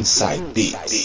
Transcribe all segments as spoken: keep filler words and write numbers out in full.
Inside Beats.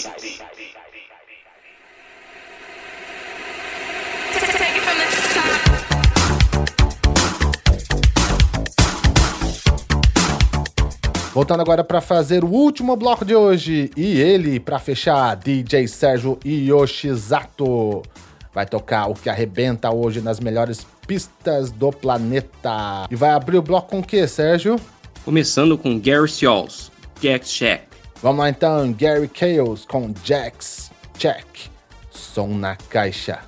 Voltando agora para fazer o último bloco de hoje. E ele, para fechar, D J Sérgio Yoshizato. Vai tocar o que arrebenta hoje nas melhores pistas do planeta. E vai abrir o bloco com o que, Sérgio? Começando com Gary Seals, Jack's Check. Vamos lá então, Gary Seals com Jack's Check. Som na caixa.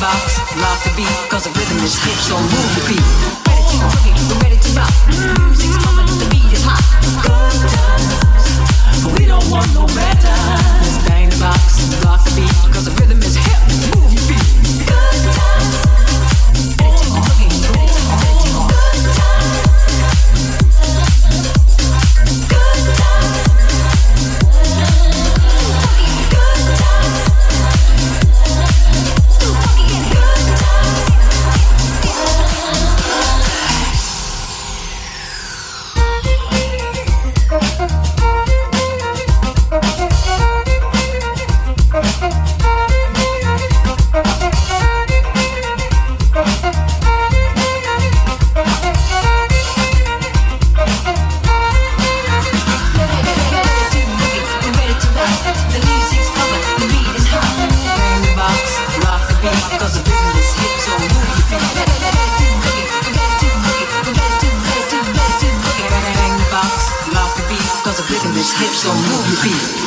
box, lock the beat, cause the rhythm is hip, so move your feet. Ready to boogie, we're ready to rock. Music's coming, the beat is hot. Good times, we don't want no bad times. Bang the box, lock the beat, cause the rhythm is hip, move your feet. Good times, ready to boogie, ready to, ready to, good times. Good times, good times. Hips, so move your feet.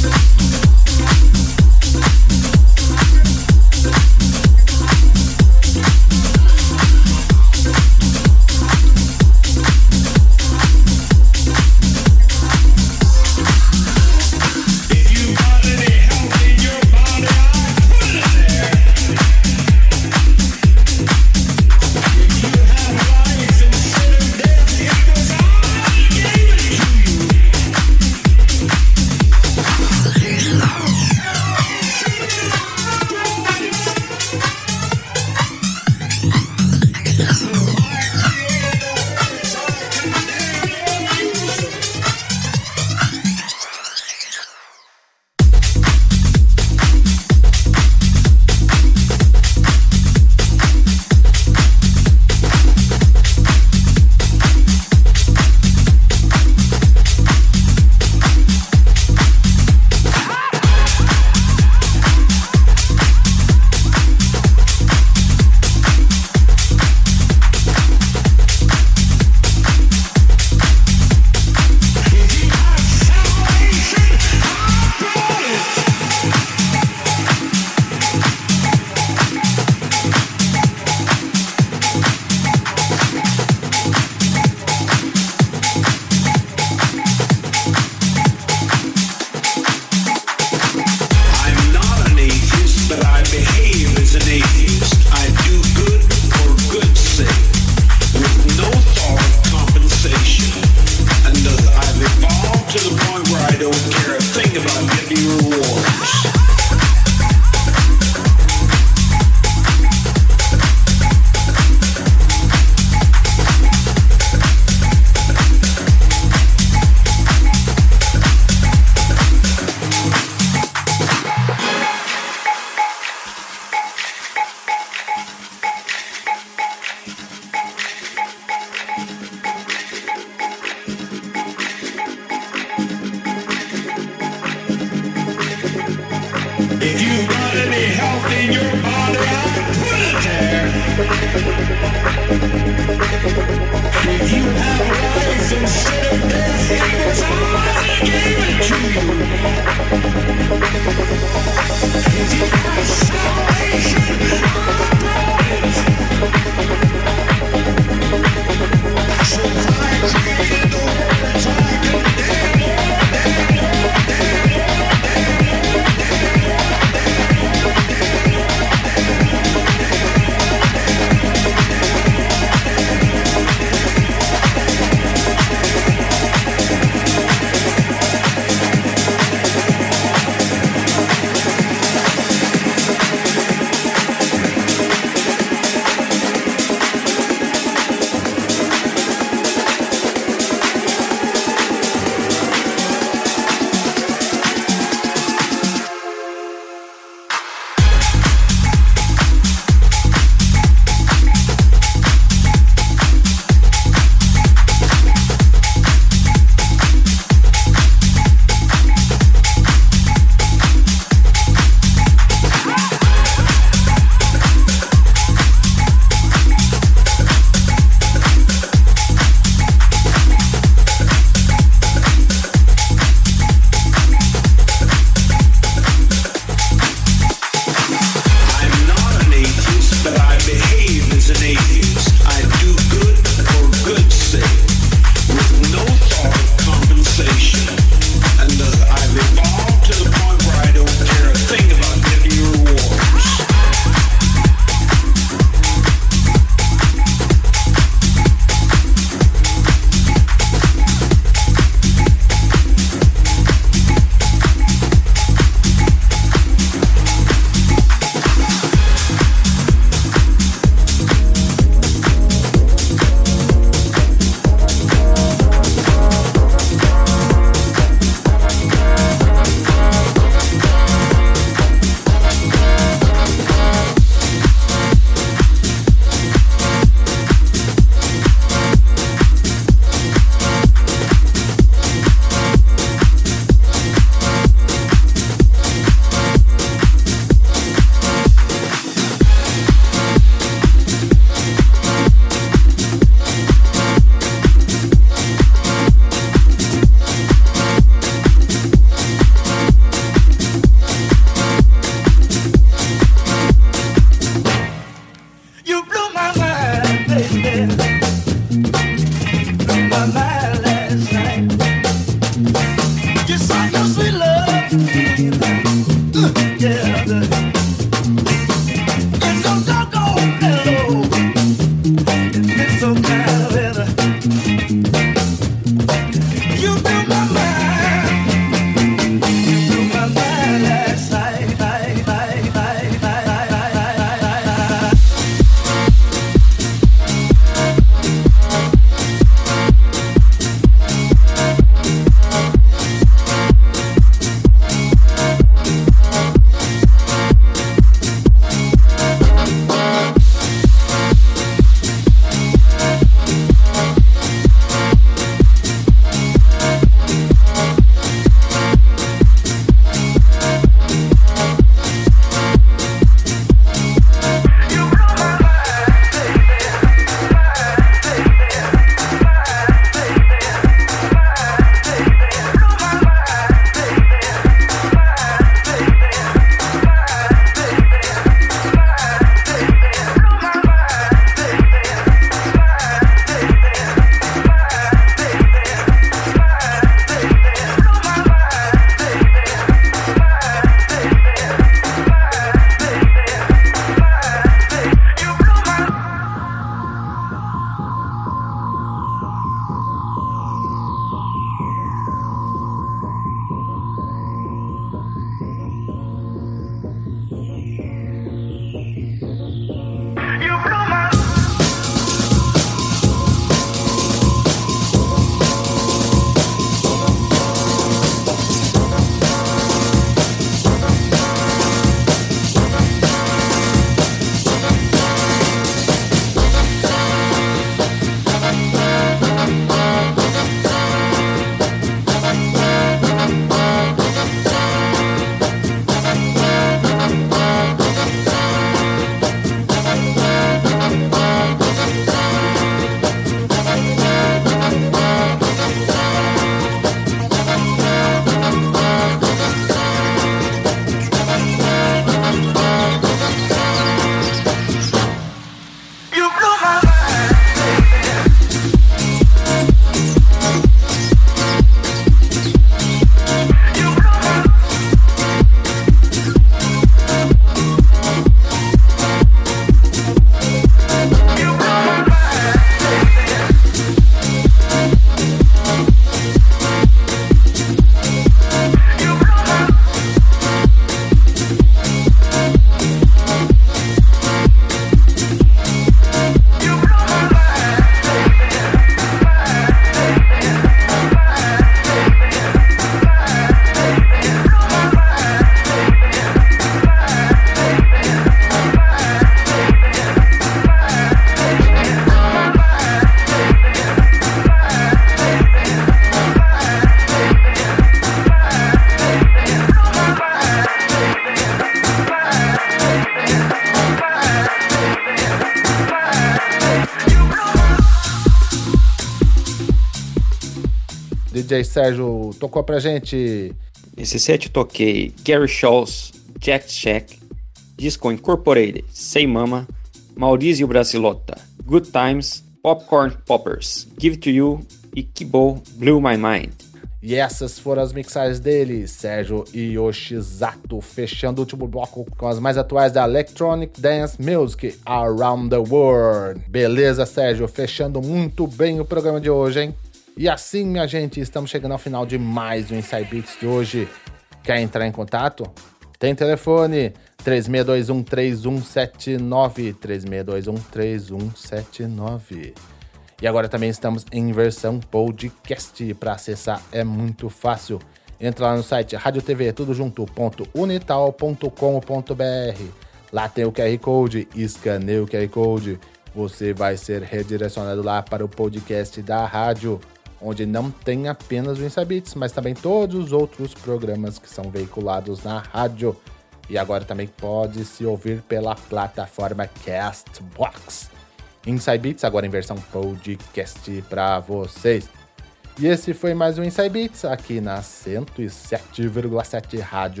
D J Sérgio tocou pra gente. Nesse set eu toquei Gary Schultz, Jack Shack, Disco Incorporated, Say Mama, Maurizio Brasilota, Good Times, Popcorn Poppers, Give It To You e Kibo Blew My Mind. E essas foram as mixagens dele, Sérgio Yoshizato, fechando o último bloco com as mais atuais da Electronic Dance Music Around the World. Beleza, Sérgio? Fechando muito bem o programa de hoje, hein? E assim, minha gente, estamos chegando ao final de mais um Inside Beats de hoje. Quer entrar em contato? Tem telefone três seis dois um, três um sete nove, três seis dois um, três um sete nove. E agora também estamos em versão podcast. Para acessar é muito fácil. Entra lá no site rádio t v tudo junto ponto unital ponto com ponto b r. Lá tem o Q R Code, escaneia o Q R Code. Você vai ser redirecionado lá para o podcast da rádio, onde não tem apenas o Inside Beats, mas também todos os outros programas que são veiculados na rádio. E agora também pode se ouvir pela plataforma Castbox. Inside Beats agora em versão podcast para vocês. E esse foi mais um Inside Beats aqui na cento e sete vírgula sete Rádio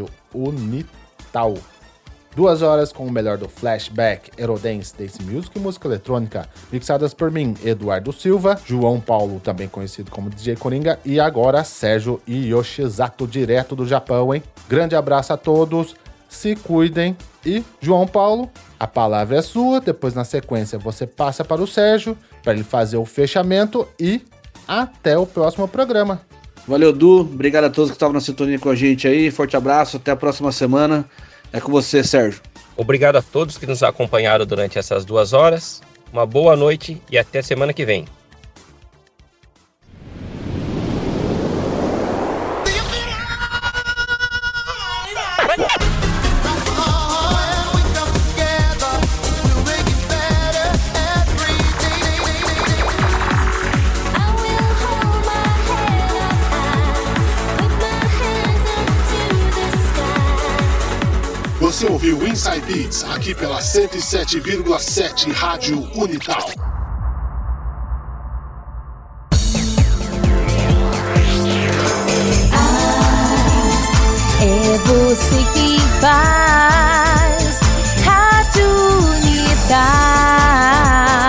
Unital. Duas horas com o melhor do flashback, Eurodance, Dance Music e música eletrônica, mixadas por mim, Eduardo Silva, João Paulo, também conhecido como D J Coringa, e agora Sérgio Yoshizato, direto do Japão, hein? Grande abraço a todos, se cuidem. E, João Paulo, a palavra é sua. Depois, na sequência, você passa para o Sérgio, para ele fazer o fechamento e até o próximo programa. Valeu, Du. Obrigado a todos que estavam na sintonia com a gente aí. Forte abraço. Até a próxima semana. É com você, Sérgio. Obrigado a todos que nos acompanharam durante essas duas horas. Uma boa noite e até semana que vem. Você ouviu Inside Beats aqui pela cento e sete vírgula sete Rádio Unital. Ah, é você que faz Rádio Unital.